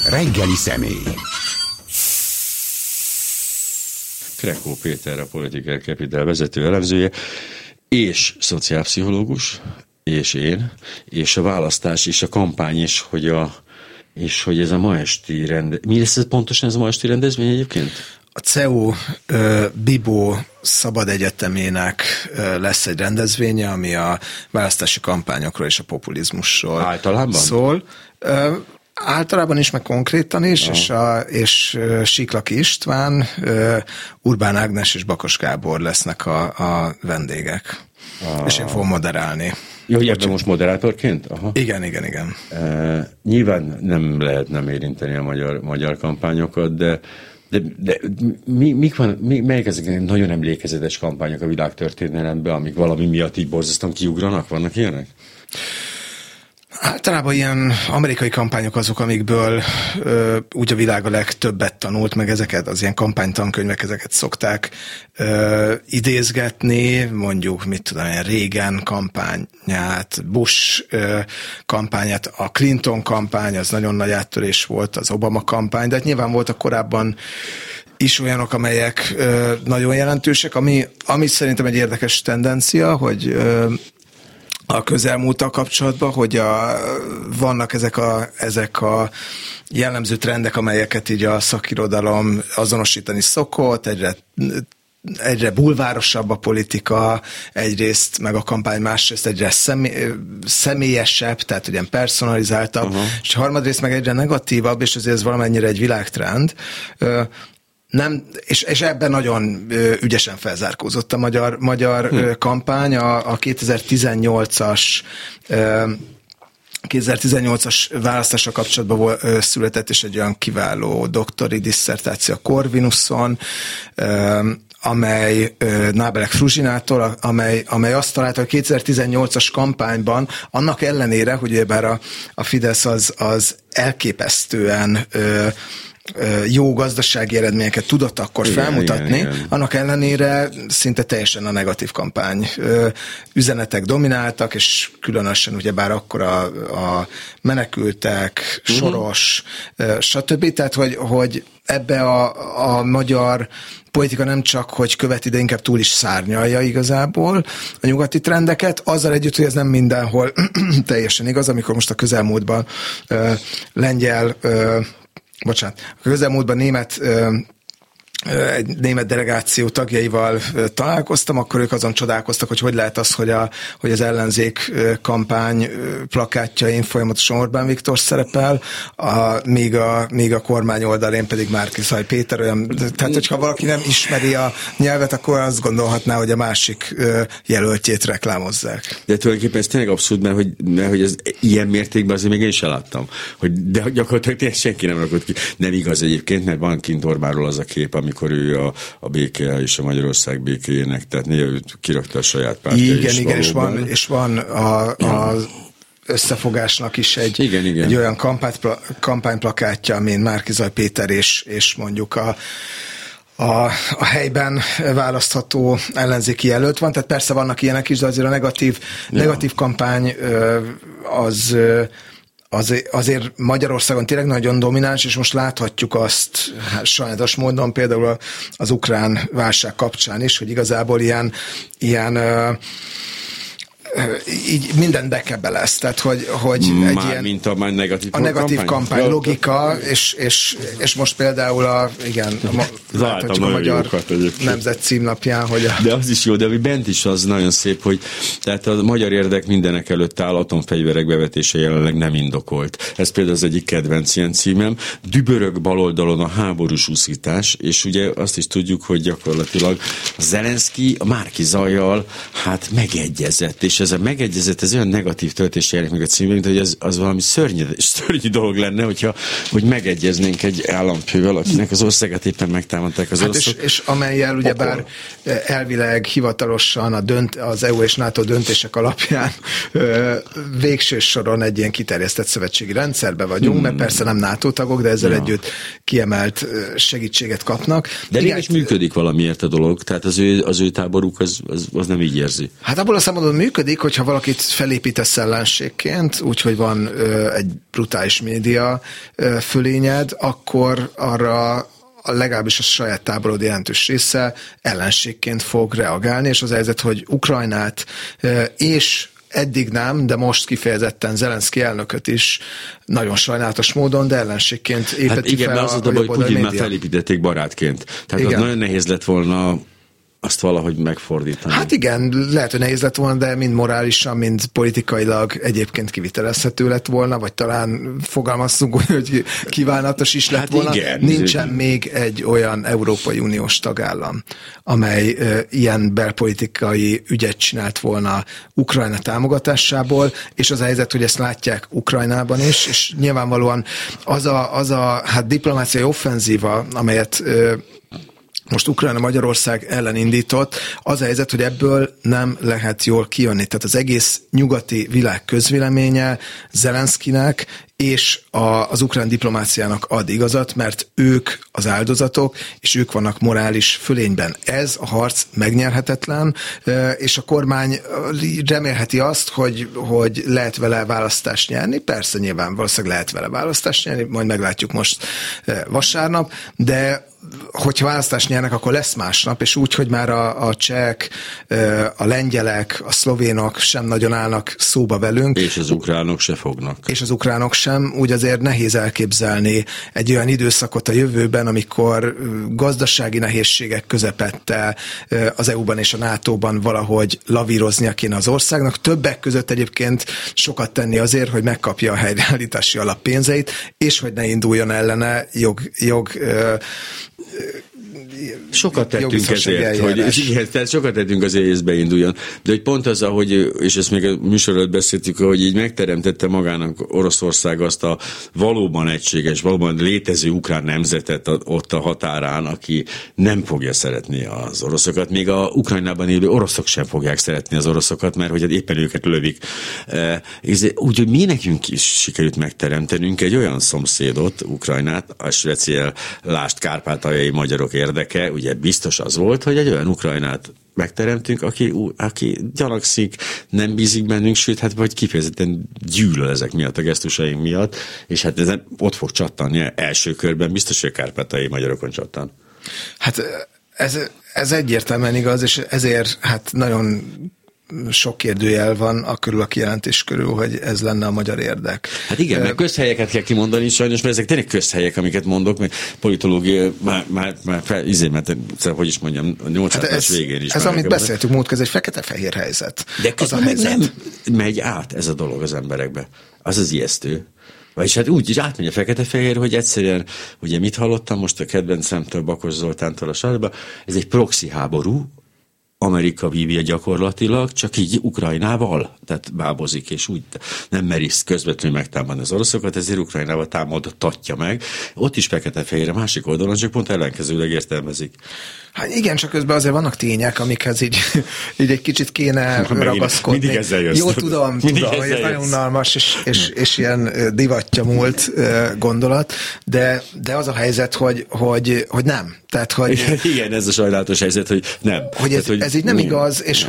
Reggeli személy. Krekó Péter, a Political Capital vezető elemzője, és szociálpszichológus, és én, és a választás, és a kampány, és hogy ez a ma esti Mi lesz ez pontosan ez a ma esti rendezvény egyébként? A CEU Bibó Szabad Egyetemének lesz egy rendezvénye, ami a választási kampányokról és a populizmusról általában szól. Általában is, meg konkrétan is, és Siklaki István, Urbán Ágnes és Bakos Gábor lesznek a vendégek. És én fogom moderálni. Jó, hogy ebben most moderátorként? Aha. Igen. Nyilván nem lehet nem érinteni a magyar kampányokat, de melyik ezek nagyon emlékezetes kampányok a világtörténelemben, amik valami miatt így borzasztóan kiugranak? Vannak ilyenek? Általában ilyen amerikai kampányok azok, amikből úgy a világ a legtöbbet tanult, meg ezeket, az ilyen kampánytankönyvek, ezeket szokták idézgetni, mondjuk, mit tudom, Reagan kampányát, Bush kampányát, a Clinton kampány, az nagyon nagy áttörés volt, az Obama kampány, de hát nyilván voltak korábban is olyanok, amelyek nagyon jelentősek, ami szerintem egy érdekes tendencia, hogy a közelmúlttal kapcsolatban, hogy vannak ezek a jellemző trendek, amelyeket így a szakirodalom azonosítani szokott, egyre bulvárosabb a politika, egyrészt, meg a kampány másrészt egyre személyesebb, tehát ugyan personalizáltabb, és harmadrészt meg egyre negatívabb, és azért ez valamennyire egy világtrend. Nem, és ebben nagyon ügyesen felzárkózott a magyar kampány. A 2018-as választásra kapcsolatban született, és egy olyan kiváló doktori disszertáció a Corvinuson, amely Nábelek Fruzsinától, amely azt találta, hogy 2018-as kampányban, annak ellenére, hogy ugyebár a Fidesz az elképesztően jó gazdasági eredményeket tudott akkor felmutatni, igen. Annak ellenére szinte teljesen a negatív kampány üzenetek domináltak, és különösen ugyebár akkor a menekültek, Soros, stb. Tehát, hogy ebbe a magyar politika nem csak, hogy követi, de inkább túl is szárnyalja igazából a nyugati trendeket, azzal együtt, hogy ez nem mindenhol teljesen igaz, amikor most a közelmúltban a közelmúltban egy német delegáció tagjaival találkoztam, akkor ők azon csodálkoztak, hogy lehet az, hogy az ellenzék kampány plakátjain folyamatosan Orbán Viktor szerepel, míg a kormány oldalén pedig Márki-Zay Péter olyan, tehát hogyha valaki nem ismeri a nyelvet, akkor azt gondolhatná, hogy a másik jelöltjét reklámozzák. De tulajdonképpen ez tényleg abszurd, mert hogy ez ilyen mértékben azért még én sem láttam, de gyakorlatilag tényleg senki nem rakott ki. Nem igaz egyébként, mert van kint Orbánról az a kép, amikor ő a béke és a Magyarország békéjének, tehát néha ő kirakta a saját pártja is. Igen, és van az összefogásnak is egy olyan kampányplakátja, amin Márki-Zay Péter és mondjuk a helyben választható ellenzéki jelölt van, tehát persze vannak ilyenek is, de azért a negatív kampány azért Magyarországon tényleg nagyon domináns, és most láthatjuk azt sajnálatos módon például az ukrán válság kapcsán is, hogy igazából ilyen így minden dekebe lesz, tehát hogy egy ilyen mint a negatív kampány logika, és most például a Magyar Nemzet címlapján, hogy de az is jó, de ami bent is az nagyon szép, hogy tehát a magyar érdek mindenek előtt áll, atomfegyverek bevetése jelenleg nem indokolt. Ez például az egyik kedvenc ilyen címem. Dübörög baloldalon a háborús úszítás, és ugye azt is tudjuk, hogy gyakorlatilag Zelenszky a Márki-Zayyal megegyezett, és ez a megegyezett, ez olyan negatív töltés jelenik meg a címben, mint hogy az valami szörnyű dolog lenne, hogy megegyeznénk egy államfővel, akinek az országát éppen megtámadták az oroszok. És amellyel ugyebár elvileg hivatalosan az EU és NATO döntések alapján végső soron egy ilyen kiterjesztett szövetségi rendszerbe vagyunk, mert persze nem NATO tagok, de ezzel együtt kiemelt segítséget kapnak. De mégis működik valamiért a dolog, tehát az ő táboruk az nem így érzi. Hát abból a szempontból működik, működik, hogyha valakit felépítesz ellenségként, úgyhogy van egy brutális média fölényed, akkor arra legalábbis a saját táborod jelentős része ellenségként fog reagálni, és az helyzet, hogy Ukrajnát és eddig nem, de most kifejezetten Zelenszky elnököt is nagyon sajnálatos módon, de ellenségként építi igen, fel mert az a dolog, hogy Putyin már felépítették barátként. Tehát az nagyon nehéz lett volna azt valahogy megfordítani. Hát igen, lehet, hogy nehéz lett volna, de mind morálisan, mind politikailag egyébként kivitelezhető lett volna, vagy talán fogalmaztunk úgy, hogy kívánatos is lett volna. Igen. Nincsen még egy olyan Európai Uniós tagállam, amely ilyen belpolitikai ügyet csinált volna Ukrajna támogatásából, és az a helyzet, hogy ezt látják Ukrajnában is, és nyilvánvalóan az a diplomáciai offenzíva, amelyet most Ukrajna Magyarország ellen indított, az a helyzet, hogy ebből nem lehet jól kijönni. Tehát az egész nyugati világ közvéleménye Zelenszkynek és az ukrán diplomáciának ad igazat, mert ők az áldozatok, és ők vannak morális fölényben. Ez a harc megnyerhetetlen, és a kormány remélheti azt, hogy lehet vele választást nyerni. Persze nyilván valószínűleg lehet vele választást nyerni, majd meglátjuk most vasárnap, de hogyha választást nyernek, akkor lesz másnap, és úgy, hogy már a csehek, a lengyelek, a szlovénok sem nagyon állnak szóba velünk. És az ukránok se fognak. És az ukránok sem, úgy azért nehéz elképzelni egy olyan időszakot a jövőben, amikor gazdasági nehézségek közepette az EU-ban és a NATO-ban valahogy lavíroznia kéne az országnak. Többek között egyébként sokat tenni azért, hogy megkapja a helyreállítási alap pénzeit, és hogy ne induljon ellene sokat tettünk ezért, tehát sokat tettünk azért, hogy ez beinduljon. De hogy pont az, ahogy, és ezt még a műsor előtt beszéltük, hogy így megteremtette magának Oroszország azt a valóban egységes, valóban létező ukrán nemzetet ott a határán, aki nem fogja szeretni az oroszokat. Még a Ukrajnában élő oroszok sem fogják szeretni az oroszokat, mert hogy éppen őket lövik. Úgyhogy mi nekünk is sikerült megteremtenünk egy olyan szomszédot, Ukrajnát, a speciál lásd kárpátaljai magyarok érdeke, ugye biztos az volt, hogy egy olyan Ukrajnát megteremtünk, aki gyanakszik, nem bízik bennünk, sőt, hát vagy kifejezetten gyűlöl ezek miatt, a gesztusaink miatt, és hát ez ott fog csattanni első körben, biztos, hogy a kárpátaljai magyarokon csattan. Hát ez egyértelműen igaz, és ezért hát nagyon sok kérdőjel van a kijelentés körül, hogy ez lenne a magyar érdek. Hát igen, mert közhelyeket kell kimondani sajnos, mert ezek tényleg közhelyek, amiket mondok, mert politológia már hogy is mondjam, a 80-as végén is. Ez amit beszéltük múltkor, ez egy fekete-fehér helyzet. De közben meg nem megy át ez a dolog az emberekbe. Az az ijesztő. Vagyis hát úgy is átmegy a fekete-fehér, hogy egyszerűen, ugye mit hallottam most a kedvencemtől, Bakos Zoltántól a sarjában, ez egy proxy háború, Amerika vívja gyakorlatilag, csak így Ukrajnával, tehát bábozik, és úgy nem meri közvetlenül megtámadni az oroszokat, ezért Ukrajnával támadtatja meg. Ott is fekete-fehér, a másik oldalon, csak pont ellenkezőleg értelmezik. Hát igen, csak közben azért vannak tények, amikhez így egy kicsit kéne ragaszkodni. Mindig ezzel jössz. Jó, tudom, hogy ez nagyon unalmas, és ilyen divatja múlt gondolat, de az a helyzet, hogy nem. Tehát, hogy, igen, ez a sajnálatos helyzet, hogy nem. Hogy ez, tehát, ez így nem igaz, és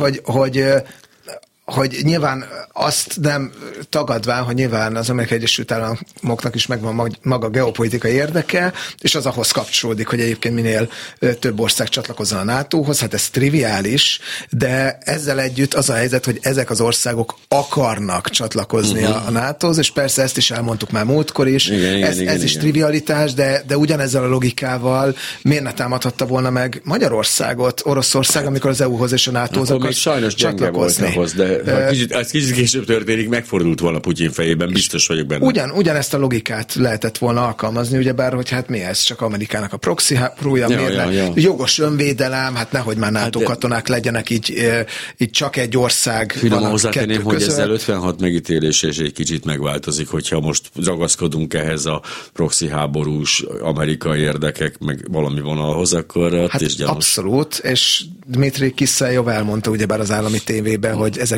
hogy nyilván azt nem tagadván, hogy nyilván az Amerikai Egyesült Államoknak is megvan maga geopolitikai érdeke, és az ahhoz kapcsolódik, hogy egyébként minél több ország csatlakozzon a NATO-hoz, hát ez triviális, de ezzel együtt az a helyzet, hogy ezek az országok akarnak csatlakozni a NATO-hoz, és persze ezt is elmondtuk már múltkor is, ez is trivialitás, de ugyanezzel a logikával miért ne támadhatta volna meg Magyarországot, Oroszország, amikor az EU-hoz és a NATO-hoz akar csatlakozni. Ez kicsit később történik, megfordult volna Putyin fejében, biztos vagyok benne. Ugyanezt a logikát lehetett volna alkalmazni, ugyebár, hogy hát mi ez, csak Amerikának a proxy háborúja, jogos önvédelem, hát nehogy már NATO katonák legyenek, így csak egy ország van a kettő hogy ezzel 56 megítélés és egy kicsit megváltozik, hogyha most ragaszkodunk ehhez a proxy háborús amerikai érdekek, meg valami vonalhoz, akkor hát is gyanús. Abszolút, és Dmitry Kiselyov elmondta ugyebár az állami tévében, hogy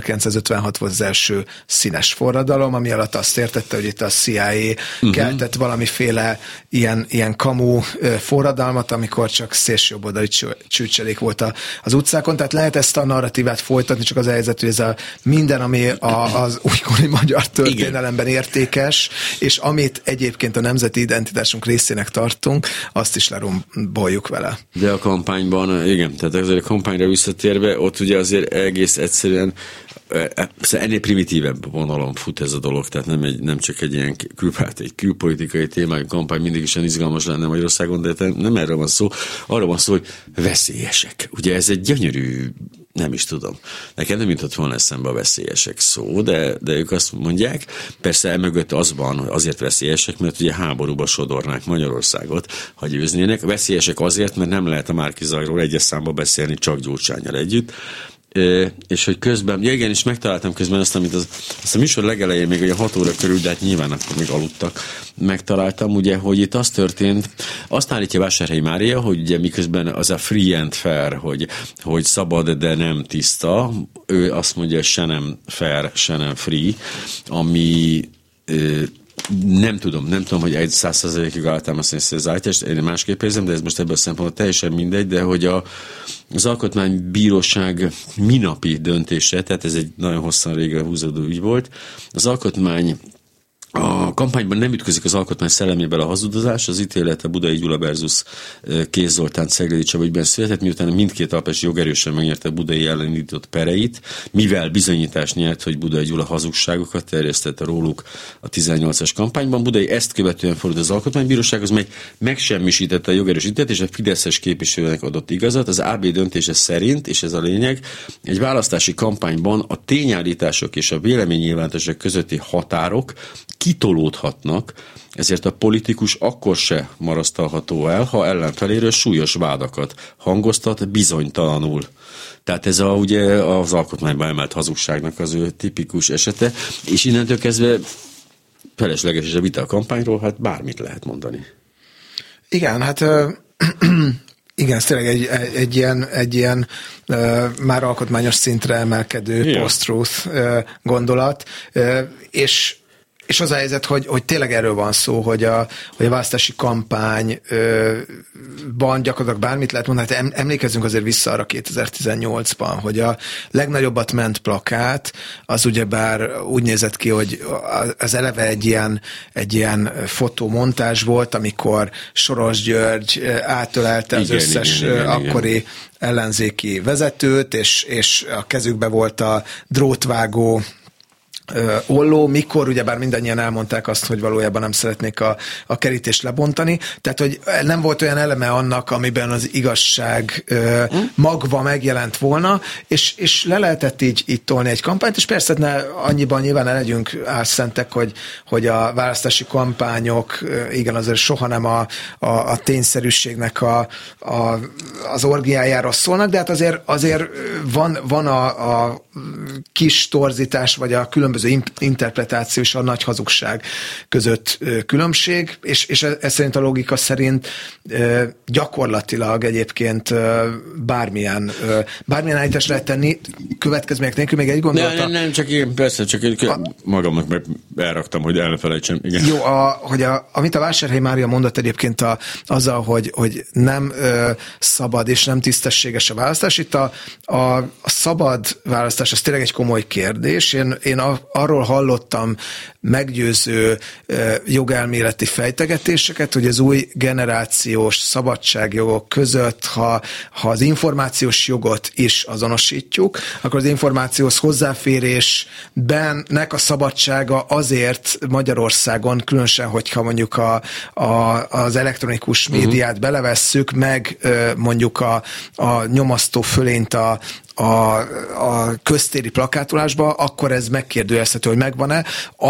1956 volt az első színes forradalom, ami alatt azt értette, hogy itt a CIA keltett valamiféle ilyen kamu forradalmat, amikor csak szélsőjobboldali csőcselék volt az utcákon, tehát lehet ezt a narratívát folytatni, csak az helyzet, hogy ez minden, ami az újkori magyar történelemben értékes, és amit egyébként a nemzeti identitásunk részének tartunk, azt is leromboljuk vele. De a kampányban, igen, tehát azért a kampányra visszatérve, ott ugye azért egész egyszerűen ennél primitívebb vonalon fut ez a dolog, tehát nem csak egy ilyen egy külpolitikai témájú kampány mindig is izgalmas lenne Magyarországon, de nem erről van szó, arról van szó, hogy veszélyesek. Ugye ez egy gyönyörű, nem is tudom. Nekem nem jutott volna eszembe a veszélyesek szó, de ők azt mondják, persze emögött az van, hogy azért veszélyesek, mert ugye háborúba sodornák Magyarországot, ha győznének. Veszélyesek azért, mert nem lehet a Márki-Zajról egyes számba beszélni csak Gyurcsánnyal együtt. És hogy közben, ja igen, és megtaláltam közben azt, amit azt a műsor legelején még ugye 6 óra körül, de hát nyilván akkor még aludtak, megtaláltam, ugye, hogy itt az történt, azt állítja Vásárhelyi Mária, hogy ugye miközben az a free and fair, hogy szabad, de nem tiszta, ő azt mondja, se nem fair, se nem free, ami nem tudom, hogy 100%-ig alátámasztani ezt az állítást, én másképp érzem, de ez most ebből a szempontból teljesen mindegy, de hogy az Alkotmánybíróság minapi döntése, tehát ez egy nagyon hosszan régen húzódó ügy volt, az alkotmány a kampányban nem ütközik az alkotmány szellemével a hazudozás, az ítélet a Budai Gyula versus Kéz Zoltán Ceglédi Csaba ügyben született, miután mindkét alpesi jog erősen megnyerte Budai ellen indított pereit, mivel bizonyítást nyert, hogy Budai Gyula hazugságokat terjesztett róluk a 18-as kampányban. Budai ezt követően fordult az Alkotmánybírósághoz, mely megsemmisítette a jogerős ítéletet, és a fideszes képviselőnek adott igazat. Az AB döntése szerint, és ez a lényeg, egy választási kampányban a tényállítások és a véleménynyilvánítások közötti határok kitolódhatnak, ezért a politikus akkor se marasztalható el, ha ellenfeléről súlyos vádakat hangoztat bizonytalanul. Tehát ez ugye az alkotmányban emelt hazugságnak az ő tipikus esete, és innentől kezdve felesleges is a vita a kampányról, hát bármit lehet mondani. Igen, hát igen, ez tényleg egy ilyen már alkotmányos szintre emelkedő post-truth gondolat, és az a helyzet, hogy tényleg erről van szó, hogy a választási kampányban gyakorlatilag bármit lehet mondani. Hát emlékezzünk azért vissza arra 2018-ban, hogy a legnagyobbat ment plakát, az ugyebár úgy nézett ki, hogy az eleve egy ilyen fotomontázs volt, amikor Soros György átölelte az összes akkori ellenzéki vezetőt, és a kezükbe volt a drótvágó olló, mikor ugyebár mindannyian elmondták azt, hogy valójában nem szeretnék a kerítést lebontani. Tehát, hogy nem volt olyan eleme annak, amiben az igazság magva megjelent volna, és le lehetett így tolni egy kampányt, és persze annyiban nyilván ne legyünk álszentek, hogy a választási kampányok, igen, azért soha nem a tényszerűségnek az orgiájára szólnak, de hát azért van a kis torzítás, vagy a különböző interpretáció és a nagy hazugság között különbség, és ez szerint a logika szerint gyakorlatilag egyébként bármilyen állítás lehet tenni, következmények nélkül. Még egy gondolata. Nem, csak igen, persze, csak magamnak meg elraktam, hogy elfelejtsem. Igen. Jó, amit a Vásárhelyi Mária mondott egyébként azzal, hogy nem szabad és nem tisztességes a választás. Itt a szabad választás, az tényleg egy komoly kérdés. Én arról hallottam meggyőző jogelméleti fejtegetéseket, hogy az új generációs szabadságjogok között, ha az információs jogot is azonosítjuk, akkor az információhoz hozzáférésbennek a szabadsága azért Magyarországon, különösen, hogyha mondjuk az elektronikus médiát belevesszük, meg mondjuk a nyomasztó fölényt a köztéri plakátolásba, akkor ez megkérdőjelezhető, hogy megvan-e.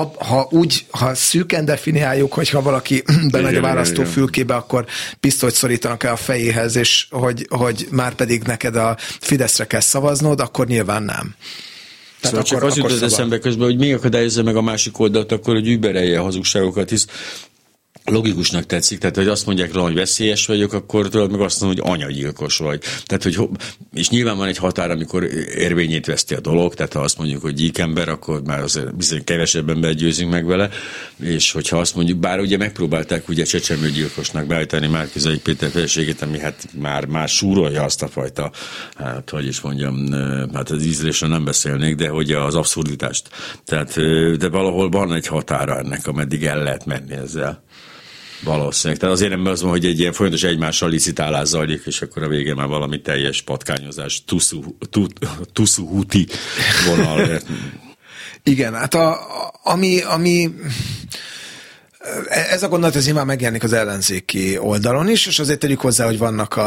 Ha szűken definiáljuk, hogyha valaki bemegy a választófülkébe, akkor pisztolyt szorítanak el a fejéhez, és hogy már pedig neked a Fideszre kell szavaznod, akkor nyilván nem. Szóval csak az jutott eszembe közben, hogy még akadályozza meg a másik oldalt akkor, hogy überelje a hazugságokat, hisz logikusnak tetszik, tehát hogy azt mondják róla, hogy veszélyes vagyok, akkor tudod meg azt mondom, hogy anyagyilkos vagy. Tehát, hogy, és nyilván van egy határ, amikor érvényét veszti a dolog, tehát ha azt mondjuk, hogy gyíkember, akkor már azért bizony kevesebb ember győzünk meg vele, és hogyha azt mondjuk, bár ugye megpróbálták ugye csecsemőgyilkosnak beállítani Márki-Zay Péter feleségét, ami hát már súrolja azt a fajta, hát hogy is mondjam, hát az ízlésről nem beszélnék, de hogy az abszurditást. Tehát, de valahol van egy határa ennek, ameddig el lehet menni ezzel. Valószínűleg. Tehát azért nem az van, hogy egy ilyen folyamatos egymással licitálás zajlik, és akkor a végén már valami teljes patkányozás, tuszu-huti vonal. Igen, hát ami ez a gondolat, ez nyilván megjelenik az ellenzéki oldalon is, és azért tegyük hozzá, hogy vannak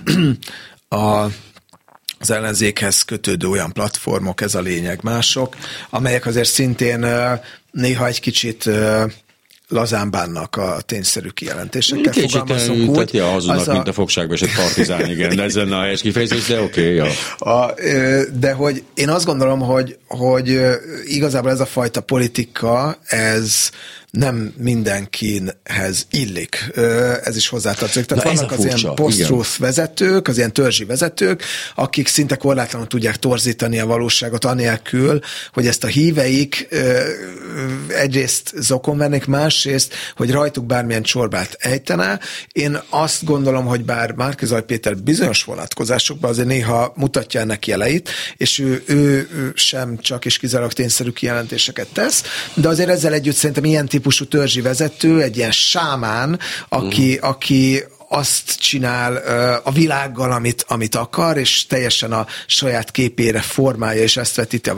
az ellenzékhez kötődő olyan platformok, ez a lényeg, mások, amelyek azért szintén néha egy kicsit lazán bánnak a tényszerű kijelentésekkel. Fogalmazunk úgy. Tehát hazudnak, mint a fogságba esett partizán, igen, de ez lenne a helyes kifejezés, de oké, ja. De hogy én azt gondolom, hogy igazából ez a fajta politika, ez nem mindenkihez illik. Ez is hozzátartozik. Tehát vannak az ilyen post-truth vezetők, az ilyen törzsi vezetők, akik szinte korlátlanul tudják torzítani a valóságot anélkül, hogy ezt a híveik egyrészt zokon vennék, másrészt, hogy rajtuk bármilyen csorbát ejtene. Én azt gondolom, hogy bár Márki-Zay Péter bizonyos vonatkozásokban azért néha mutatja ennek jeleit, és ő sem csak és kizárólag tényszerű kijelentéseket tesz, de azért ezzel együtt szerintem ilyen típusú törzsi vezető, egy ilyen sámán, aki azt csinál a világgal, amit akar, és teljesen a saját képére formálja, és ezt vetíti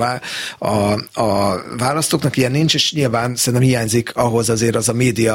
a választóknak. Ilyen nincs, és nyilván szerintem hiányzik ahhoz azért az a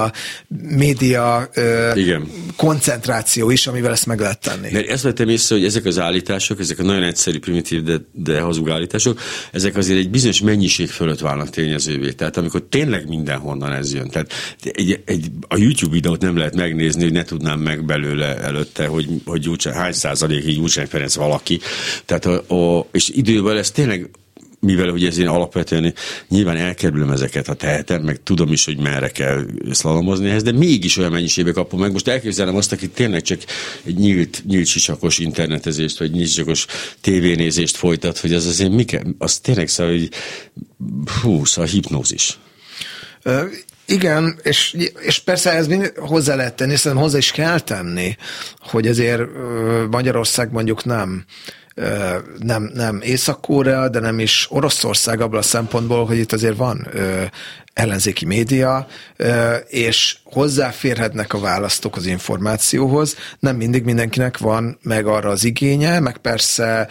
média koncentráció is, amivel ezt meg lehet tenni. Mert ezt vettem észre, hogy ezek az állítások, ezek a nagyon egyszerű, primitív, de hazug állítások, ezek azért egy bizonyos mennyiség fölött válnak tényezővé. Tehát amikor tényleg mindenhonnan ez jön. Tehát a YouTube videót nem lehet megnézni, hogy ne tudnám meg belőle előtte, hogy hány százalékig Gyurcsány Ferenc valaki. Tehát és idővel ez tényleg, mivel ugye ez én alapvetően nyilván elkerülöm ezeket, ha tehetem, meg tudom is, hogy merre kell szlalomozni ehhez, de mégis olyan mennyiségbe kapom meg. Most elképzelem azt, aki tényleg csak egy nyílt sisakos internetezést, vagy nyílt sisakos tévénézést folytat, hogy az azért az tényleg szóval, hogy szóval hipnózis. Igen, és persze ez hozzá lehet tenni, szerintem hozzá is kell tenni, hogy azért Magyarország mondjuk nem Észak-Korea, de nem is Oroszország abban a szempontból, hogy itt azért van ellenzéki média, és hozzáférhetnek a választók az információhoz. Nem mindig mindenkinek van meg arra az igénye, meg persze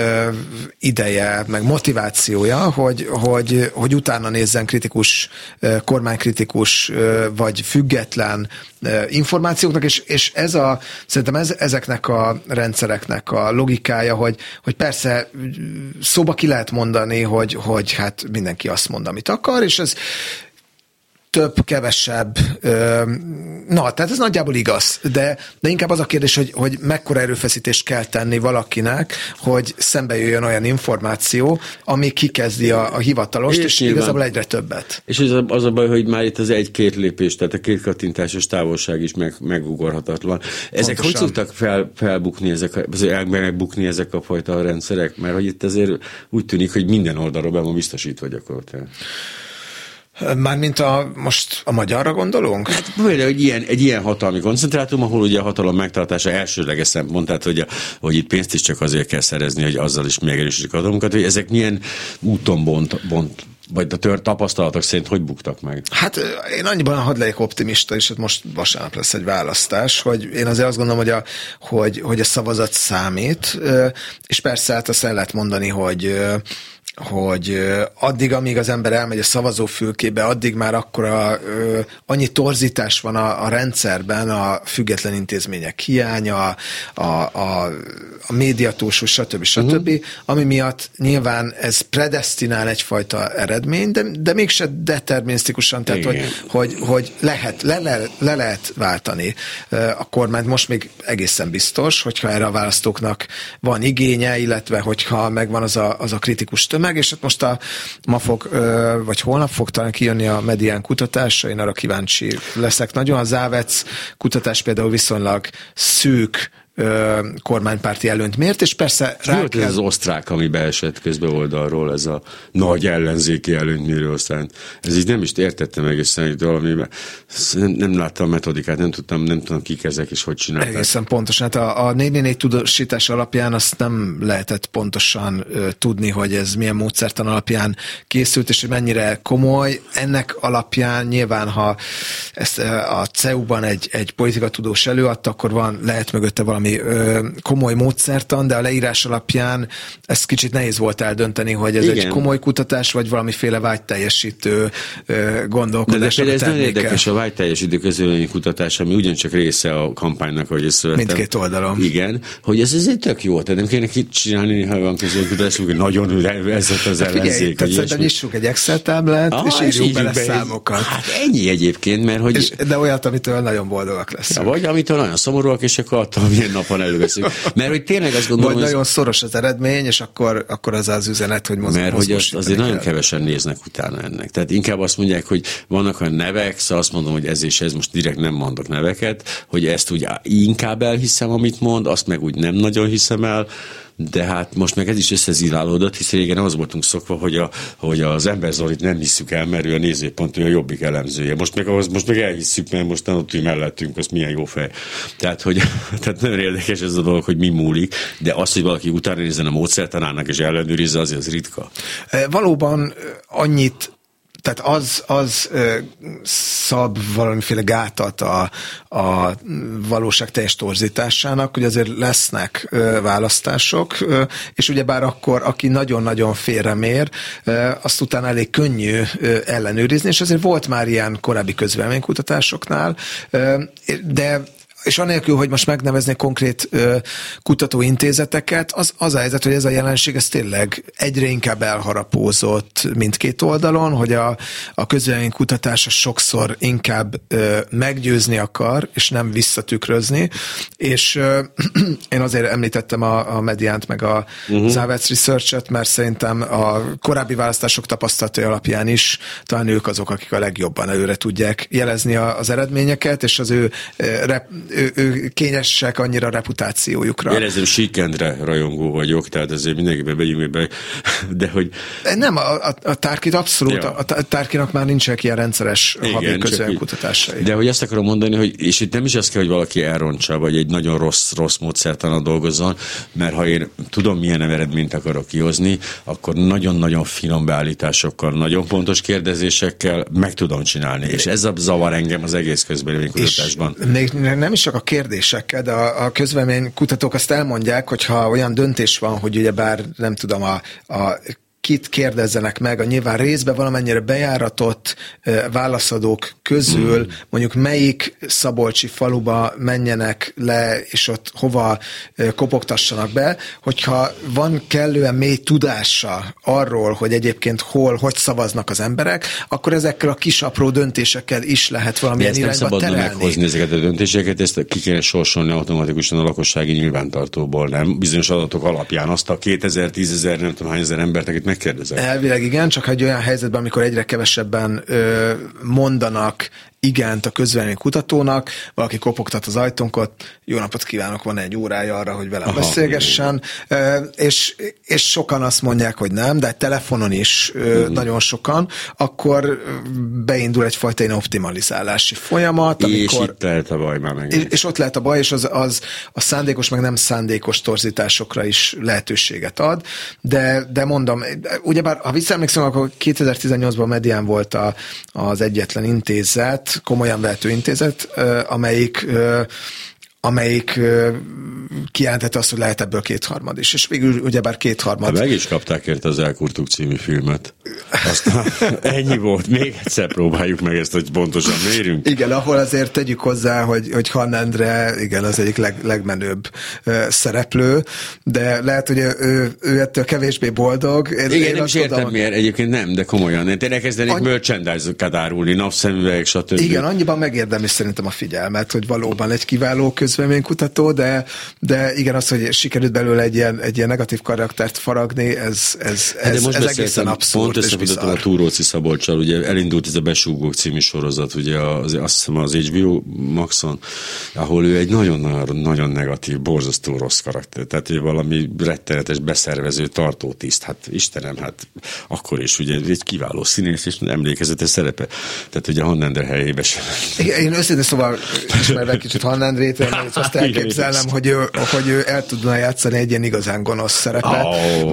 ideje, meg motivációja, hogy utána nézzen kritikus, kormánykritikus, vagy független információknak, és szerintem ezeknek a rendszereknek a logikája, hogy persze szóba ki lehet mondani, hogy hát mindenki azt mond, amit akar, és ez több-kevesebb, tehát ez nagyjából igaz, de inkább az a kérdés, hogy mekkora erőfeszítést kell tenni valakinek, hogy szembe jöjjön olyan információ, ami kikezdi a hivatalost, és igazából egyre többet. És az a baj, hogy már itt az egy-két lépés, tehát a két kattintásos távolság is megugorhatatlan. Ezek pontosan. Hogy szoktak felbukni, megbukni ezek a fajta rendszerek? Mert hogy itt azért úgy tűnik, hogy minden oldalról be van biztosítva gyakorlatilag. Mármint most a magyarra gondolunk? Hát például egy ilyen hatalmi koncentrátum, ahol ugye a hatalom megtartása elsődleges szempont, tehát hogy itt pénzt is csak azért kell szerezni, hogy azzal is megerősítsük a hatalmunkat, hogy ezek milyen úton vagy a tapasztalatok szerint hogy buktak meg? Hát én annyiban hadd legyek optimista, és most vasárnap lesz egy választás, hogy én azért azt gondolom, hogy a szavazat számít, és persze hát azt el lehet mondani, hogy addig, amíg az ember elmegy a szavazófülkébe, addig már akkora annyi torzítás van a rendszerben, a független intézmények hiánya, a médiatúlsúly, stb., ami miatt nyilván ez predesztinál egyfajta eredmény, de mégse determinisztikusan, tehát hogy le lehet váltani a kormányt. Most még egészen biztos, hogyha erre a választóknak van igénye, illetve hogyha megvan az a kritikus tömeg, meg, és hát most ma fog, vagy holnap fog talán kijönni a Medián kutatásra, én arra kíváncsi leszek nagyon. A Závec kutatás például viszonylag szűk kormánypárti előnyt mért, és persze rá volt ez az osztrák, ami beesett közbe oldalról, ez a nagy ellenzéki előnymérő, aztán ez így nem is értettem egészen, hogy valami, nem láttam a metodikát, nem tudom kik ezek és hogy csinálták. Egészen pontosan. Hát a 444 tudósítás alapján azt nem lehetett pontosan tudni, hogy ez milyen módszertan alapján készült, és hogy mennyire komoly. Ennek alapján nyilván, ha ezt a CEU-ban egy politikatudós előadta, akkor lehet mögötte valami komoly módszertan, de a leírás alapján ezt kicsit nehéz volt eldönteni, hogy ez egy komoly kutatás, vagy valamiféle vágyteljesítő gondolkodás. De ez nagyon érdekes, a vágyteljesítő közvélemény kutatás, ami ugyancsak része a kampánynak, hogy ezt születtem. Mindkét oldalon. Igen, hogy ez egy tök jó, tehát nem kéne csinálni, ha van közvélemény kutatás, hogy nagyon vezet az ellenzék. Tehát szerintem nyissuk egy Excel táblát, és írjuk bele számokat. Hát ennyi egyébként, mert hogy... De olyat, amitől nagyon boldogak leszünk. Vagy amitől nagyon szomorúak, és akkor milyen napon előveszünk. Mert hogy tényleg azt gondolom, vagy nagyon szoros az eredmény, és akkor az üzenet, hogy mert hogy azért nagyon kevesen néznek utána ennek. Tehát inkább azt mondják, hogy vannak olyan nevek, szóval azt mondom, hogy ez és ez, most direkt nem mondok neveket, hogy ezt úgy inkább elhiszem, amit mond, azt meg úgy nem nagyon hiszem el, de hát most meg ez is összezilálódott, hiszen régen az voltunk szokva, hogy az ember Zolit nem hisszük el, mert ő a nézőpont, ő a Jobbik elemzője. Most meg elhisszük, mert most ott ő mellettünk, az milyen jó fej. Tehát nagyon érdekes ez a dolog, hogy mi múlik, de az, hogy valaki utána nézzen a módszertanának és ellenőrizze, az ritka. Valóban annyit, tehát az szab valamiféle gátat a valóság teljes torzításának, hogy azért lesznek választások, és ugyebár akkor, aki nagyon-nagyon félremér, azt utána elég könnyű ellenőrizni, és azért volt már ilyen korábbi közvéleménykutatásoknál, de és anélkül, hogy most megneveznék konkrét kutatóintézeteket, az a helyzet, hogy ez a jelenség ez tényleg egyre inkább elharapózott mindkét oldalon, hogy a közvéleménykutatás sokszor inkább meggyőzni akar, és nem visszatükrözni, és én azért említettem a Mediánt, meg a Závec Research-et, mert szerintem a korábbi választások tapasztalatai alapján is talán ők azok, akik a legjobban előre tudják jelezni az eredményeket, és az ő kényesek annyira a reputációjukra. Jelezem, Síkendre rajongó vagyok, tehát azért mindenkiben megyünk be, de hogy... Nem, a Tárkit abszolút, ja. A Tárkinak már nincsenek ilyen rendszeres havi közvéleménykutatásai. De hogy azt akarom mondani, hogy és itt nem is az kell, hogy valaki elrontsa, vagy egy nagyon rossz módszertannal dolgozzon, mert ha én tudom, milyen eredményt akarok kihozni, akkor nagyon-nagyon finom beállításokkal, nagyon pontos kérdezésekkel meg tudom csinálni. És ez zavar engem az egész közvéleménykutatásban. Még nem is csak a kérdésekkel, de a közvéleménykutatók azt elmondják, hogyha olyan döntés van, hogy ugyebár nem tudom, kit kérdezzenek meg, a nyilván részben valamennyire bejáratott válaszadók közül, mondjuk melyik szabolcsi faluba menjenek le, és ott hova kopogtassanak be, hogyha van kellően mély tudása arról, hogy egyébként hogy szavaznak az emberek, akkor ezekkel a kis apró döntésekkel is lehet valamilyen irányba terelni. Nem szabadna meghozni ezeket a döntéseket, ezt ki kéne sorsolni automatikusan a lakossági nyilvántartóból, nem? Bizonyos adatok alapján azt a 2000, 10.000, nem tudom hány ezer embert, akit megkérdezek. Elvileg igen, csak egy olyan helyzetben, amikor egyre kevesebben mondanak igent a közvéleménykutatónak, valaki kopogtat az ajtónkot, jó napot kívánok, van egy órája arra, hogy velem beszélgessen, és sokan azt mondják, hogy nem, de telefonon is nagyon sokan, akkor beindul egyfajta ilyen optimalizálási folyamat. És itt lehet a baj már meg. És ott lehet a baj, és az a szándékos, meg nem szándékos torzításokra is lehetőséget ad, de mondom, ugyebár, ha visszaemlékszem, akkor 2018-ban Medián volt az egyetlen intézet, komolyan vehető intézet, amelyik kijelentette azt, hogy lehet ebből 2/3 is. És végül ugyebár 2/3. Meg is kapták érte az Elkurtuk című filmet. Aztán ennyi volt. Még egyszer próbáljuk meg ezt, hogy pontosan mérünk. Igen, ahol azért tegyük hozzá, hogy Hann Endre, igen, az egyik legmenőbb szereplő, de lehet, hogy ő ettől kevésbé boldog. Igen, nem is értem miért, egyébként nem, de komolyan. Én tényleg kezdenék merchandise-okat árulni, napszemüveg, stb. Igen, annyiban megérdemli szerintem a figyelmet, hogy valóban egy kiváló közvéleménykutató, de de igen, az, hogy sikerült belőle egy ilyen negatív karaktert faragni, ez egészen abszurd és bizarr. A Túróci Szabolccsal, ugye elindult ez a Besúgók című sorozat, ugye azt hiszem az HBO Maxon, ahol ő egy nagyon negatív, borzasztó rossz karakter, tehát valami rettenetes beszervező tartótiszt, hát Istenem, hát akkor is ugye egy kiváló színész és emlékezetes szerepe, tehát ugye Hann Endre helyébe sem. Én őszintén szóval ismerve kicsit Hann Endrét, és azt elképzelem, hogy ő el tudna játszani egy ilyen igazán gonosz szerepet,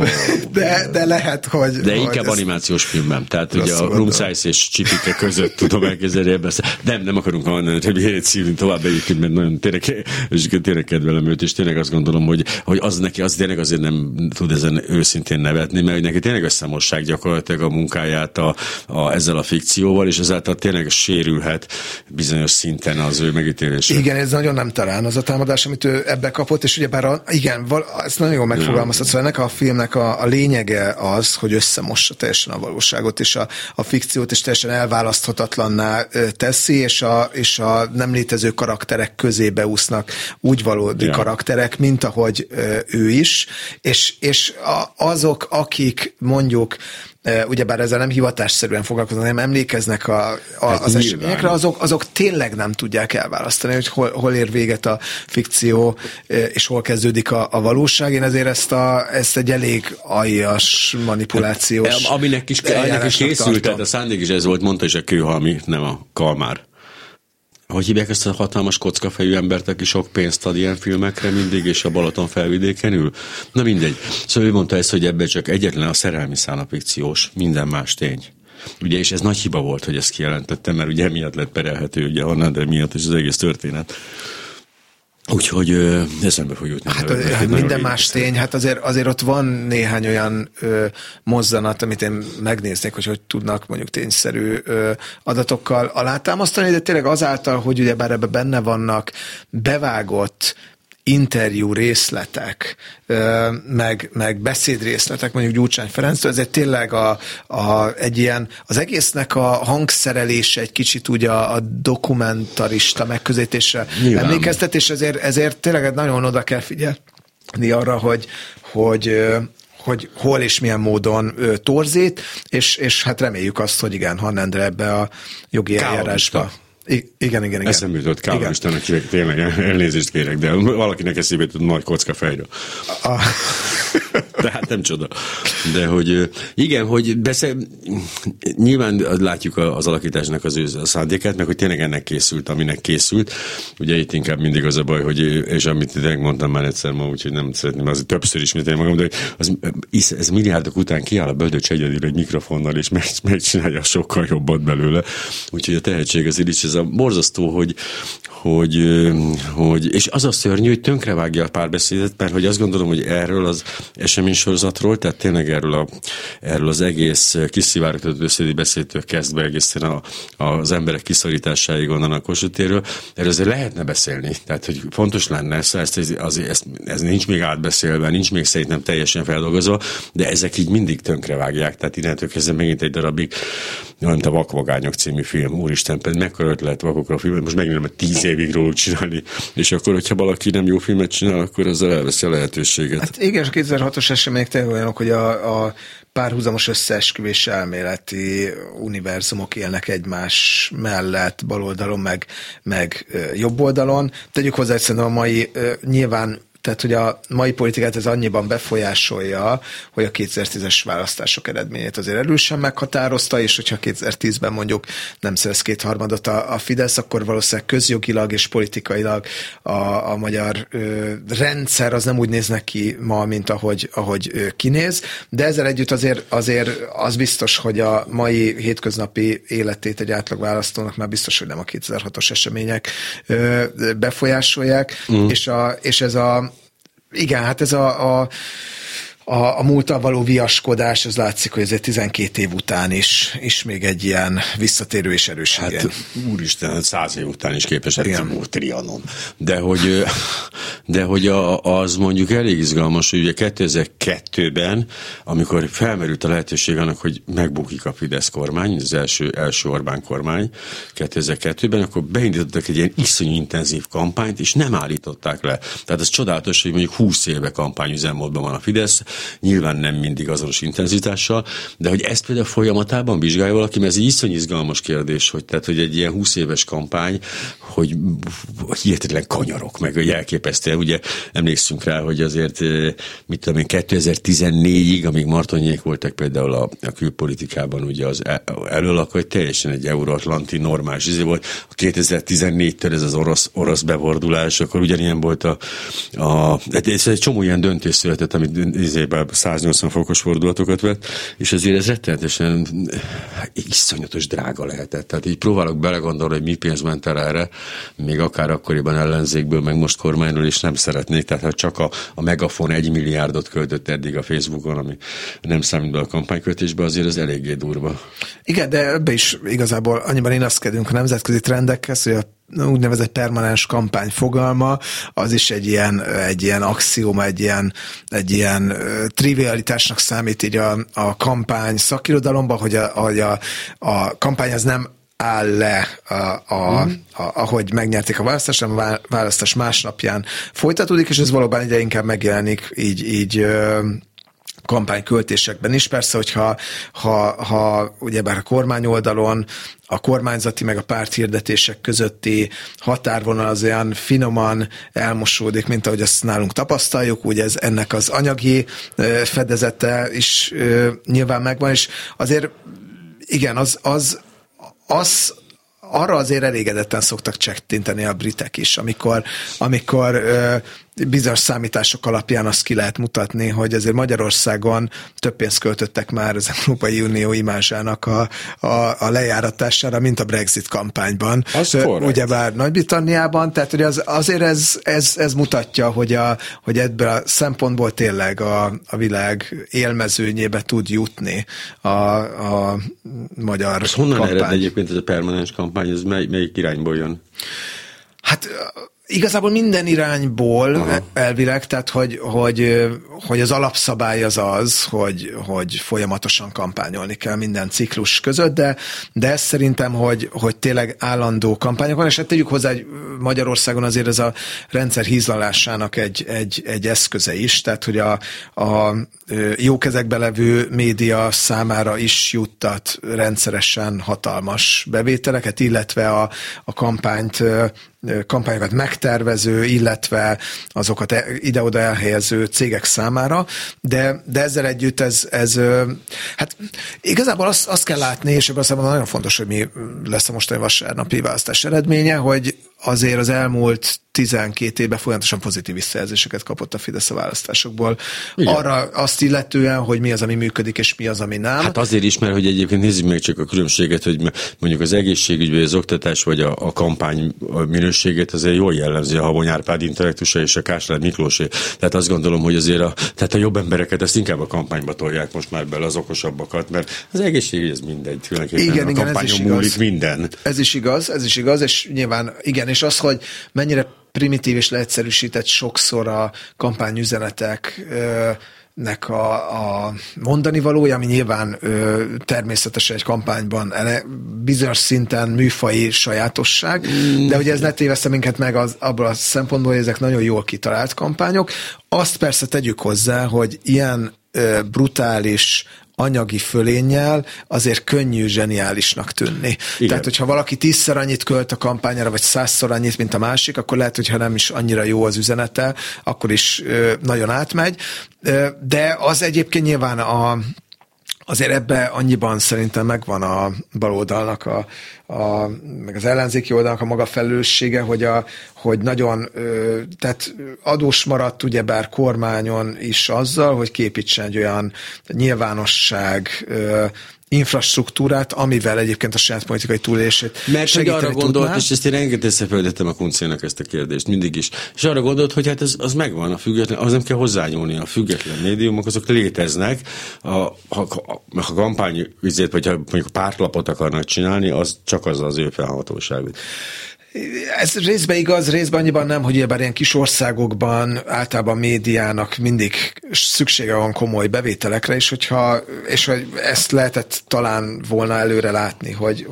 de lehet, hogy... De inkább animációs filmben, tehát ugye a Rumcájsz és Csipike között tudom elképzelni ebben. Nem akarunk Hann Endre szívni tovább egyébként, mert nagyon tényleg kedvelem őt, és tényleg azt gondolom, hogy az neki az tényleg azért nem tud ezen őszintén nevetni, mert neki tényleg összemossák gyakorlatilag a munkáját ezzel a fikcióval, és ezáltal tényleg sérülhet bizonyos szinten az ő megítélése. Igen, ez nagyon nem talán az a támadás, amit ő ebbe kapott, és ugyebár ezt nagyon jól megfogalmaztat, szóval ennek a filmnek a lényege az, hogy összemossa teljesen a valóságot, és a fikciót, és teljesen elválaszthatatlanná teszi, és a nem létező karakterek közé beúsznak úgy valódi karakterek, mint ahogy ő is, és azok, akik mondjuk ugyebár ezzel nem hivatásszerűen foglalkoznak, hanem emlékeznek az eseményekre, azok tényleg nem tudják elválasztani, hogy hol ér véget a fikció, és hol kezdődik a valóság. Én ezért ezt egy elég aljas manipulációs aminek is készült, tehát a szándék is ez volt, mondta is a Kőhalmi, nem a Kalmár. Hogy hívják ezt a hatalmas kockafejű embert, aki sok pénzt ad ilyen filmekre mindig, és a Balaton felvidéken ül? Na mindegy. Szóval ő mondta ezt, hogy ebben csak egyetlen a szerelmi szál a fikciós, minden más tény. Ugye, és ez nagy hiba volt, hogy ezt kijelentettem, mert ugye emiatt lett perelhető, ugye Hann Endre miatt, és az egész történet. Úgyhogy eszembe fog jutni. Hát minden más tény, hát azért ott van néhány olyan mozzanat, amit én megnéznék, hogy tudnak mondjuk tényszerű adatokkal alátámasztani, de tényleg azáltal, hogy ugyebár ebben benne vannak bevágott interjú részletek, meg beszédrészletek, mondjuk Gyurcsány Ferenctől, ezért tényleg egy ilyen, az egésznek a hangszerelése egy kicsit úgy a dokumentarista megközelítésre emlékeztet, és ezért tényleg nagyon oda kell figyelni arra, hogy hol és milyen módon torzít, és hát reméljük azt, hogy igen, Hann Endre ebbe a jogi eljárásba. Igen. Eszembe jutott Kálmán tényleg elnézést kérek, de valakinek eszébe tud nagy kocka fejről. Tehát nem csoda. De hogy igen, hogy nyilván látjuk az alakításnak az ő szándékát, meg hogy tényleg ennek készült, aminek készült. Ugye itt inkább mindig az a baj, hogy, és amit tényleg mondtam már egyszer ma, úgyhogy nem szeretném azért többször ismételni magam, de ez milliárdok után kiáll a Böldöcs egyedül egy mikrofonnal, és megcsinálja sokkal jobbat belőle. Úgyhogy a tehetség azért is ez a borzasztó, hogy és az a szörnyű, hogy tönkrevágja a párbeszédet, mert hogy azt gondolom, hogy erről az eseménysorozatról, tehát tényleg erről az egész kiszivárogtatott összedi beszédtől kezdve egészen az emberek kiszorításáig onnan a Kossuth térről, erről azért lehetne beszélni, tehát hogy fontos lenne, ez nincs még átbeszélve, nincs még szerintem teljesen feldolgozva, de ezek így mindig tönkrevágják, tehát innentől kezdve megint egy darabig, olyan a Vakvagányok című film, úristen, pedig mekkora ötlet vakokra a filmet, most megnézem, hogy 10 évig róluk csinálni, és akkor, hogyha valaki nem jó filmet csinál, akkor azzal elveszi a lehetőséget. Hát igen, és a 2006-os események tényleg olyanok, hogy a párhuzamos összeesküvés elméleti univerzumok élnek egymás mellett, bal oldalon, meg jobb oldalon. Tegyük hozzá, hogy szerintem a mai nyilván, tehát, hogy a mai politikát ez annyiban befolyásolja, hogy a 2010-es választások eredményét azért erősen meghatározta, és hogyha 2010-ben mondjuk nem szerez 2/3 a Fidesz, akkor valószínűleg közjogilag és politikailag a magyar rendszer az nem úgy néz neki ma, mint ahogy kinéz, de ezzel együtt azért az biztos, hogy a mai hétköznapi életét egy átlag választónak már biztos, hogy nem a 2006-os események befolyásolják, és ez a igen, hát ez a múlttal való viaskodás, ez látszik, hogy ezért 12 év után is még egy ilyen visszatérő és erős. Hát úristen, 100 év után is képes egy Trianon. De hogy az mondjuk elég izgalmas, hogy ugye 2002-ben, amikor felmerült a lehetőség annak, hogy megbukik a Fidesz kormány, az első Orbán kormány 2002-ben, akkor beindítottak egy ilyen iszonyú intenzív kampányt, és nem állították le. Tehát ez csodálatos, hogy mondjuk 20 éve kampányüzemmódban van a Fidesz, nyilván nem mindig azonos intenzitással, de hogy ezt például folyamatában vizsgálja valaki, mert ez egy iszonyú izgalmas kérdés, hogy egy ilyen 20 éves kampány, hogy hihetetlen kanyarok, meg hogy elképesztően, ugye emlékszünk rá, hogy azért, mit tudom én, 2014-ig, amíg Martonyék voltak például a külpolitikában, ugye az elől, akkor teljesen egy euróatlanti normális izé volt. A 2014-től ez az orosz bevordulás, akkor ugyanilyen volt egy csomó ilyen döntés született, amit izében 180 fokos fordulatokat vett, és azért ez rettenetesen iszonyatos drága lehetett. Tehát így próbálok belegondolni, hogy mi pénz ment el erre, még akár akkoriban ellenzékből, meg most kormányról is nem szeretnék. Tehát ha csak a Megafon 1 milliárdot költött eddig a Facebookon, ami nem számít be a kampánykötésbe, azért ez eléggé durva. Igen, de ebbe is igazából annyiban inaszkedünk a nemzetközi trendekhez, hogy a úgynevezett permanens kampány fogalma, az is egy ilyen axióma, egy ilyen trivialitásnak számít így a kampány szakirodalomban, hogy a kampány az nem áll le, ahogy megnyerték a választást, hanem a választás másnapján folytatódik, és ez valóban egyre inkább megjelenik így kampányköltésekben is. Persze, hogyha ugyebár a kormányoldalon a kormányzati meg a párthirdetések közötti határvonal az olyan finoman elmosódik, mint ahogy azt nálunk tapasztaljuk, úgy ennek az anyagi fedezete is nyilván megvan, és azért igen, az arra azért elégedetten szoktak csettinteni a britek is, amikor bizonyos számítások alapján azt ki lehet mutatni, hogy azért Magyarországon több pénzt költöttek már az Európai Unió imázsának a lejáratására, mint a Brexit kampányban. Ugyebár Nagy-Britanniában, tehát hogy azért ez mutatja, hogy ebből a szempontból tényleg a világ élmezőnyébe tud jutni a magyar ez honnan kampány. Ered egyébként ez a permanens kampány, ez melyik irányból jön? Hát igazából minden irányból elvileg, tehát hogy az alapszabály az, hogy folyamatosan kampányolni kell minden ciklus között, de ez szerintem, hogy tényleg állandó kampányok van, és hát tegyük hozzá, hogy Magyarországon azért ez a rendszer hízlalásának egy eszköze is, tehát hogy a jó kezekbe levő média számára is juttat rendszeresen hatalmas bevételeket, illetve a kampányokat megtervező, illetve azokat ide-oda elhelyező cégek számára, de ezzel együtt ez hát igazából azt kell látni, és ebben aztán nagyon fontos, hogy mi lesz a mostani vasárnapi választás eredménye, hogy azért az elmúlt 12 évben folyamatosan pozitív visszajelzéseket kapott a Fidesz a választásokból. Igen. Arra azt illetően, hogy mi az, ami működik, és mi az, ami nem. Hát azért is, mert hogy egyébként nézzük meg csak a különbséget, hogy mondjuk az egészségügy, vagy az oktatás, vagy a kampány minőségét azért jól jellemzi a Habony Árpád intellektusa és a Kásler Miklósé. Tehát azt gondolom, hogy azért tehát a jobb embereket ezt inkább a kampányba tolják most már bele, az okosabbakat, mert az egészségügy ez mindegy. Igen, a kampányon múlik minden. Ez is igaz, és nyilván igen, és az, hogy mennyire primitív és leegyszerűsített sokszor a kampányüzeneteknek a mondani valója, ami nyilván természetesen egy kampányban bizonyos szinten műfaji sajátosság, de hogy ez ne téveszte minket meg abból a szempontból, hogy ezek nagyon jól kitalált kampányok. Azt persze tegyük hozzá, hogy ilyen brutális anyagi fölénnyel azért könnyű zseniálisnak tűnni. Igen. Tehát, hogyha valaki 10-szer annyit költ a kampányára, vagy 100-szor annyit, mint a másik, akkor lehet, hogyha nem is annyira jó az üzenete, akkor is nagyon átmegy. De az egyébként nyilván azért ebbe annyiban szerintem megvan a baloldalnak, meg az ellenzéki oldalnak a maga felelőssége, hogy nagyon, tehát adós maradt ugyebár kormányon is azzal, hogy képítsen egy olyan nyilvánosság infrastruktúrát, amivel egyébként a saját politikai túlélését mert hogy arra gondolt, és ezt én rengetegszer feltettem a Kuncénak ezt a kérdést, mindig is, és arra gondolt, hogy hát az megvan, a független, az nem kell hozzányúlni, a független médiumok, azok léteznek, ha kampányvizét, vagy ha mondjuk pártlapot akarnak csinálni, az csak az ő felhatóságuk. Ez részben igaz, részben annyiban nem, hogy bár ilyen kis országokban általában médiának mindig szüksége van komoly bevételekre, és hogy ezt lehetett talán volna előre látni,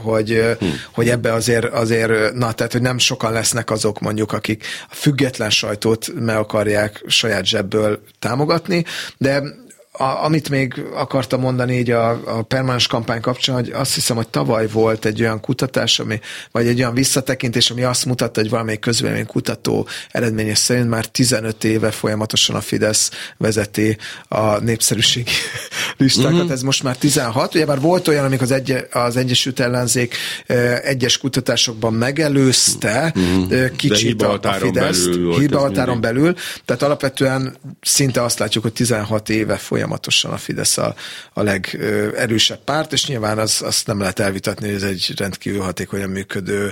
hogy ebbe azért, na, tehát, hogy nem sokan lesznek azok mondjuk, akik a független sajtót meg akarják saját zsebből támogatni, de amit még akartam mondani így a permanens kampány kapcsán, hogy azt hiszem, hogy tavaly volt egy olyan kutatás, vagy egy olyan visszatekintés, ami azt mutatta, hogy valamelyik közvéleménykutató eredménye szerint már 15 éve folyamatosan a Fidesz vezeti a népszerűségi listákat, ez most már 16. Ugye már volt olyan, amikor az Egyesült Ellenzék egyes kutatásokban megelőzte kicsit a Fideszt, hídbahatáron belül, tehát alapvetően szinte azt látjuk, hogy 16 éve folyamatosan a Fidesz a legerősebb párt, és nyilván azt nem lehet elvitatni, hogy ez egy rendkívül hatékonyan működő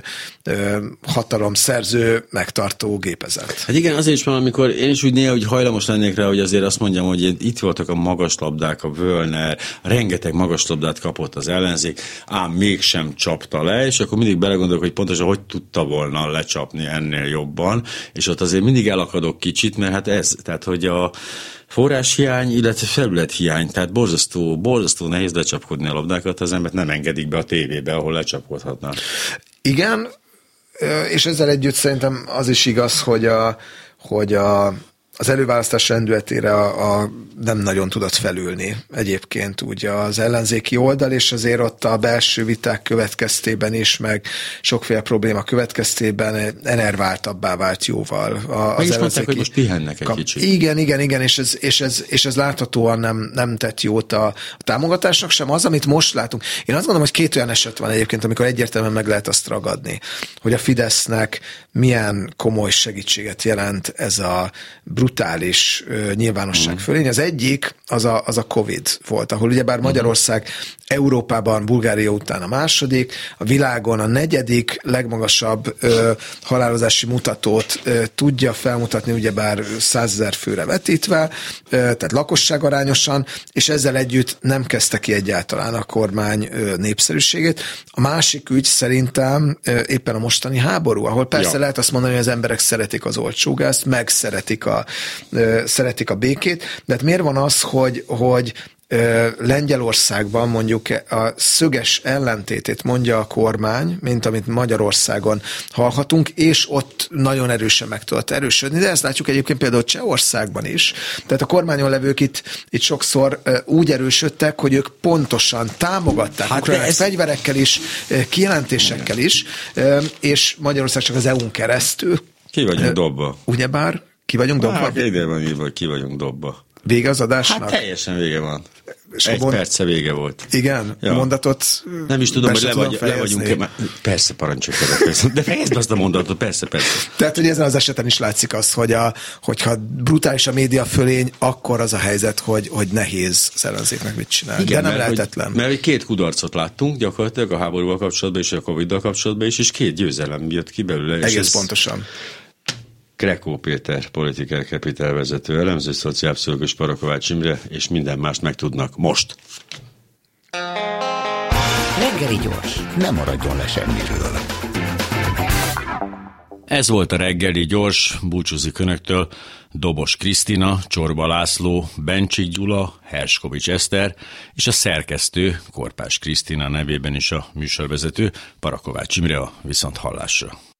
hatalomszerző, megtartó gépezet. Hát igen, azért is van, amikor én is úgy néha úgy hajlamos lennék rá, hogy azért azt mondjam, hogy itt voltak a magaslabdák, a Völner, rengeteg magaslabdát kapott az ellenzék, ám mégsem csapta le, és akkor mindig belegondolok, hogy pontosan hogy tudta volna lecsapni ennél jobban, és ott azért mindig elakadok kicsit, mert hát ez, tehát hogy a forráshiány, illetve felülethiány, tehát borzasztó nehéz lecsapkodni a labdákat, az embert nem engedik be a tévébe, ahol lecsapkodhatnak. Igen, és ezzel együtt szerintem az is igaz, hogy az előválasztás rendületére nem nagyon tudott felülni egyébként úgy az ellenzéki oldal, és azért ott a belső viták következtében is, meg sokféle probléma következtében enerváltabbá vált jóval. Meg is mondták, hogy most pihennek egy kicsit. Igen, és ez láthatóan nem tett jót a támogatásnak sem. Az, amit most látunk, én azt gondolom, hogy két olyan eset van egyébként, amikor egyértelműen meg lehet azt ragadni, hogy a Fidesznek milyen komoly segítséget jelent ez a brutális nyilvánosság fölény. Az egyik az a Covid volt, ahol ugyebár Magyarország Európában, Bulgária után a második, a világon a negyedik legmagasabb halálozási mutatót tudja felmutatni, ugyebár 100 000 főre vetítve, tehát lakosságarányosan, és ezzel együtt nem kezdte ki egyáltalán a kormány népszerűségét. A másik ügy szerintem éppen a mostani háború, ahol persze lehet azt mondani, hogy az emberek szeretik az olcsó gázt, meg szeretik a békét, de hát miért van az, hogy Lengyelországban mondjuk a szöges ellentétét mondja a kormány, mint amit Magyarországon hallhatunk, és ott nagyon erősen meg tudott erősödni, de ezt látjuk egyébként például Csehországban is. Tehát a kormányon levők itt sokszor úgy erősödtek, hogy ők pontosan támogatták Ukrajnát fegyverekkel is, kijelentésekkel is, és Magyarország csak az EU-n keresztül. Ki vagyunk dobva. Ugyebár? Ki vagyunk dobva? Hát ide van írva, hogy ki vagyunk dobva. Vége az adásnak? Hát teljesen vége van. Egy perce vége volt. Igen? Ja. Mondatot nem is tudom, hogy le vagyunk. Persze, parancsolj, de fejezd be azt a mondatot, persze. Tehát, hogy ezen az eseten is látszik az, hogyha brutális a média fölény, akkor az a helyzet, hogy nehéz az ellenzéknek mit csinálni. Igen, de nem lehetetlen. Mert két kudarcot láttunk gyakorlatilag a háborúval kapcsolatban és a Covid-dal kapcsolatban is, és két győzelem jött ki belőle. Egész pontosan. Krekó Péter, Political Capital vezető elemző, szociálpszichológus, Parakovács Imre, és minden mást megtudnak most. Reggeli gyors, nem maradjon le semmiről. Ez volt a Reggeli gyors, búcsúzik önöktől Dobos Krisztina, Csorba László, Bencsik Gyula, Herskovics Eszter, és a szerkesztő, Korpás Krisztina nevében is a műsorvezető, Parakovács Imre, a viszonthallásra.